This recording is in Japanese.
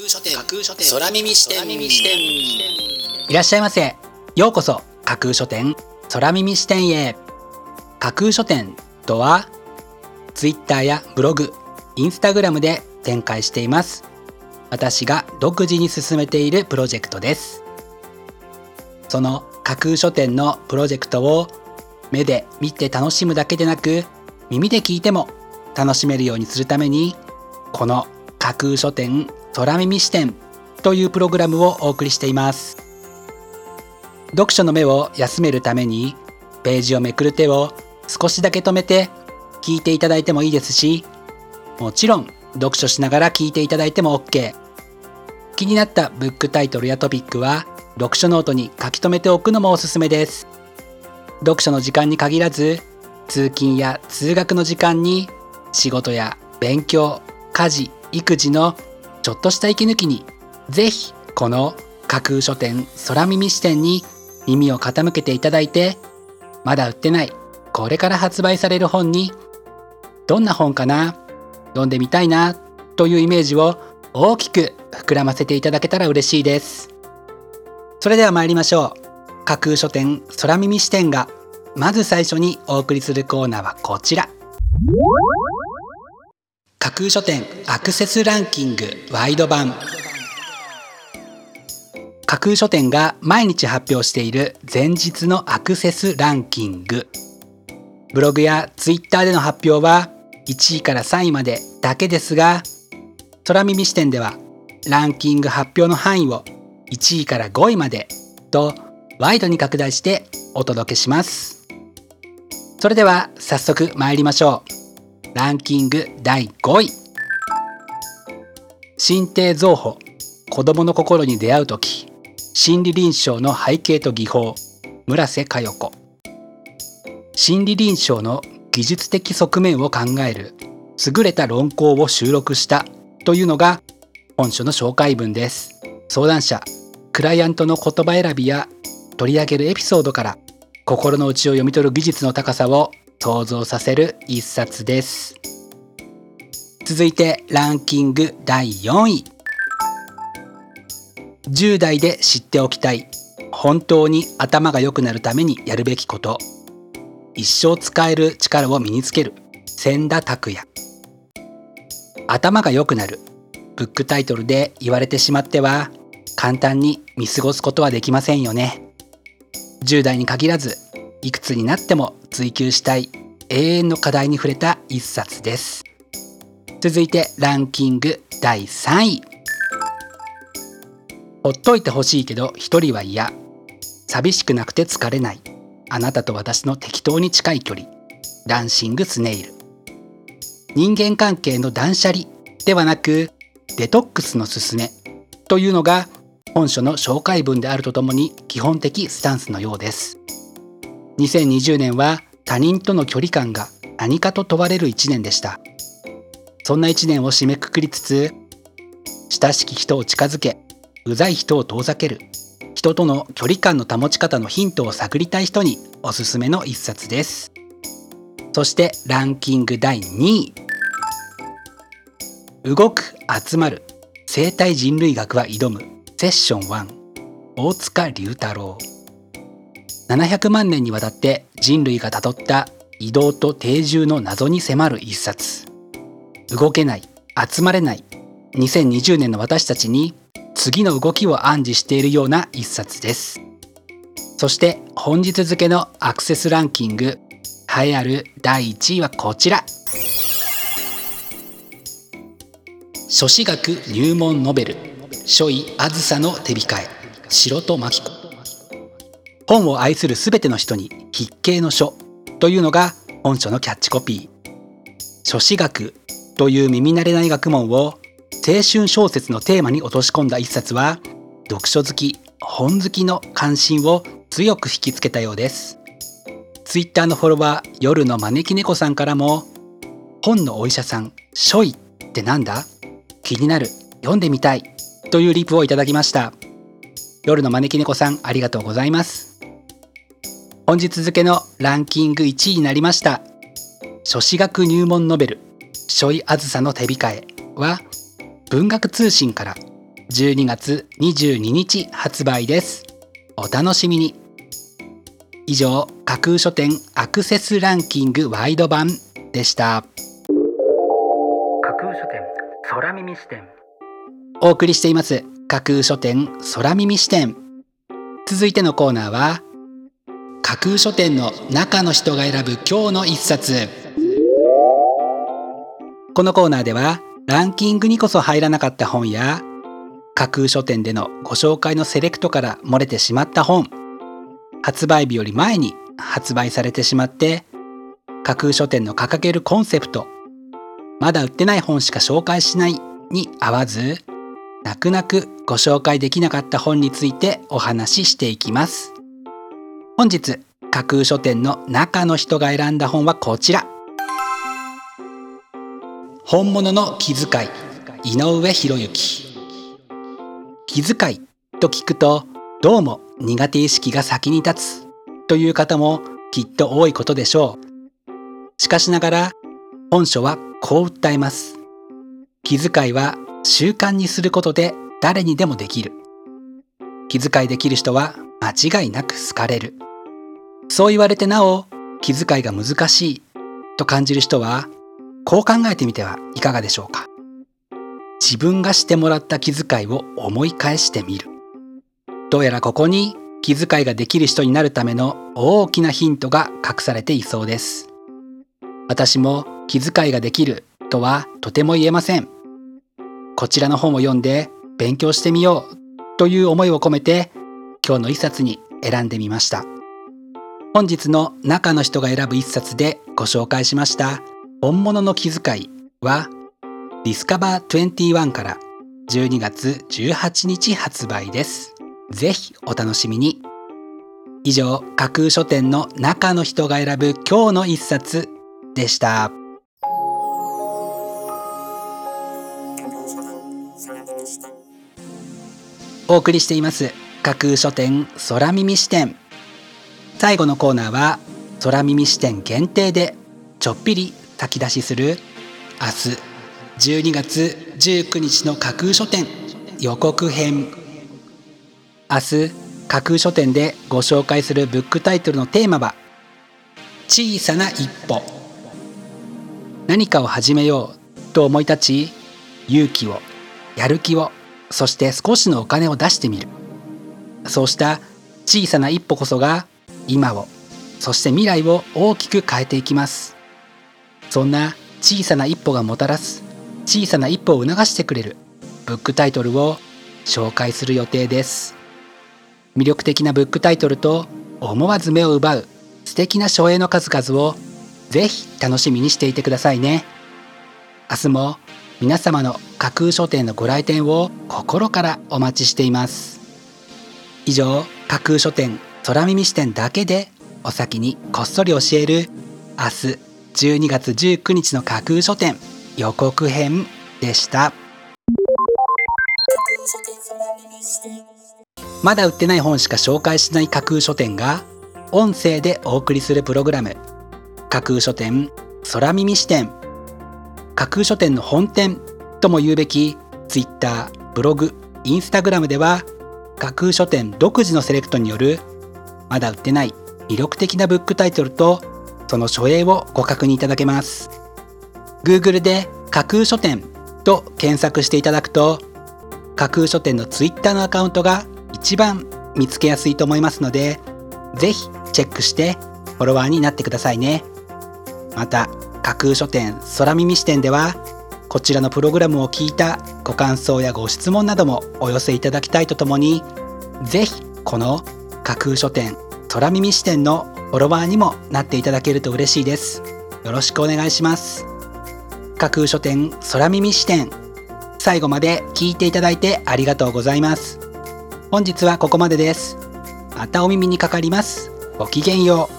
空耳視点。 いらっしゃいませ。ようこそ架空書店空耳視点へ。架空書店とは Twitter やブログ、Instagram で展開しています。私が独自に進めているプロジェクトです。その架空書店のプロジェクトを目で見て楽しむだけでなく、耳で聞いても楽しめるようにするために、この架空書店空耳視点というプログラムをお送りしています。読書の目を休めるためにページをめくる手を少しだけ止めて聞いていただいてもいいですし、もちろん読書しながら聞いていただいても OK。 気になったブックタイトルやトピックは読書ノートに書き留めておくのもおすすめです。読書の時間に限らず、通勤や通学の時間に仕事や勉強、家事、育児のちょっとした息抜きに、ぜひこの架空書店空耳視点に耳を傾けていただいて、まだ売ってない、これから発売される本に、どんな本かな、読んでみたいなというイメージを大きく膨らませていただけたら嬉しいです。それでは参りましょう。架空書店空耳視点がまず最初にお送りするコーナーはこちら。架空書店アクセスランキングワイド版。架空書店が毎日発表している前日のアクセスランキング。ブログやツイッターでの発表は1位から3位までだけですが、空耳視点ではランキング発表の範囲を1位から5位までとワイドに拡大してお届けします。それでは早速参りましょう。ランキング第5位。心底造法、子供の心に出会うとき、心理臨床の背景と技法、村瀬佳代子。心理臨床の技術的側面を考える優れた論考を収録したというのが本書の紹介文です。相談者、クライアントの言葉選びや取り上げるエピソードから心の内を読み取る技術の高さを想像させる一冊です。続いてランキング第4位。10代で知っておきたい、本当に頭が良くなるためにやるべきこと、一生使える力を身につける、千田拓也。頭が良くなる、ブックタイトルで言われてしまっては簡単に見過ごすことはできませんよね。10代に限らずいくつになっても追求したい永遠の課題に触れた一冊です。続いてランキング第3位。ほっといてほしいけど一人は嫌、寂しくなくて疲れない、あなたと私の適当に近い距離、ダンシングスネイル。人間関係の断捨離ではなくデトックスのすすめというのが本書の紹介文であるとともに基本的スタンスのようです。2020年は他人との距離感が何かと問われる1年でした。そんな1年を締めくくりつつ、親しき人を近づけ、うざい人を遠ざける、人との距離感の保ち方のヒントを探りたい人におすすめの一冊です。そしてランキング第2位。動く、集まる、生態人類学は挑むセッション1、大塚隆太郎。700万年にわたって人類がたどった移動と定住の謎に迫る一冊。動けない、集まれない2020年の私たちに次の動きを暗示しているような一冊です。そして本日付のアクセスランキング栄えある第1位はこちら。書士学入門ノベル、書医あずさの手控え、城戸真希子。本を愛するすべての人に筆形の書というのが本書のキャッチコピー。書士学という耳慣れない学問を青春小説のテーマに落とし込んだ一冊は、読書好き、本好きの関心を強く引きつけたようです。ツイッターのフォロワー、夜の招き猫さんからも、本のお医者さん、書医ってなんだ？気になる、読んでみたいというリプをいただきました。夜の招き猫さん、ありがとうございます。本日付のランキング1位になりました書士学入門ノベル、書医あずさの手控えは文学通信から 12月22日発売です。お楽しみに。以上、架空書店アクセスランキングワイド版でした。架空書店空耳視点、お送りしています架空書店空耳視点。続いてのコーナーは架空書店の中の人が選ぶ今日の一冊。このコーナーではランキングにこそ入らなかった本や架空書店でのご紹介のセレクトから漏れてしまった本、発売日より前に発売されてしまって架空書店の掲げるコンセプト、まだ売ってない本しか紹介しないに合わず、泣く泣くご紹介できなかった本についてお話ししていきます。本日架空書店の中の人が選んだ本はこちら。本物の気遣い、井上博之。気遣いと聞くとどうも苦手意識が先に立つという方もきっと多いことでしょう。しかしながら本書はこう訴えます。気遣いは習慣にすることで誰にでもできる。気遣いできる人は間違いなく好かれる。そう言われてなお気遣いが難しいと感じる人はこう考えてみてはいかがでしょうか。自分がしてもらった気遣いを思い返してみる。どうやらここに気遣いができる人になるための大きなヒントが隠されていそうです。私も気遣いができるとはとても言えません。こちらの本を読んで勉強してみようという思いを込めて今日の一冊に選んでみました。本日の中の人が選ぶ一冊でご紹介しました本物の気遣いはディスカバー21から12月18日発売です。ぜひお楽しみに。以上、架空書店の中の人が選ぶ今日の一冊でした。お送りしています架空書店空耳視点。最後のコーナーは空耳視点限定でちょっぴり先出しする明日12月19日の架空書店予告編。明日架空書店でご紹介するブックタイトルのテーマは小さな一歩。何かを始めようと思い立ち、勇気を、やる気を、そして少しのお金を出してみる。そうした小さな一歩こそが今を、そして未来を大きく変えていきます。そんな小さな一歩がもたらす小さな一歩を促してくれるブックタイトルを紹介する予定です。魅力的なブックタイトルと思わず目を奪う素敵な書影の数々をぜひ楽しみにしていてくださいね。明日も皆様の架空書店のご来店を心からお待ちしています。以上、架空書店空耳視点だけでお先にこっそり教える明日12月19日の架空書店予告編でした。まだ売ってない本しか紹介しない架空書店が音声でお送りするプログラム、架空書店空耳視点。架空書店の本店とも言うべき Twitter、ブログ、Instagram では架空書店独自のセレクトによるまだ売ってない魅力的なブックタイトルとその書影をご確認いただけます。 Google で架空書店と検索していただくと架空書店の Twitter のアカウントが一番見つけやすいと思いますので、ぜひチェックしてフォロワーになってくださいね。また架空書店空耳視点ではこちらのプログラムを聞いたご感想やご質問などもお寄せいただきたいとともに、ぜひこの架空書店空耳視点のフォロワーにもなっていただけると嬉しいです。よろしくお願いします。架空書店空耳視点、最後まで聞いていただいてありがとうございます。本日はここまでです。またお耳にかかります。ごきげんよう。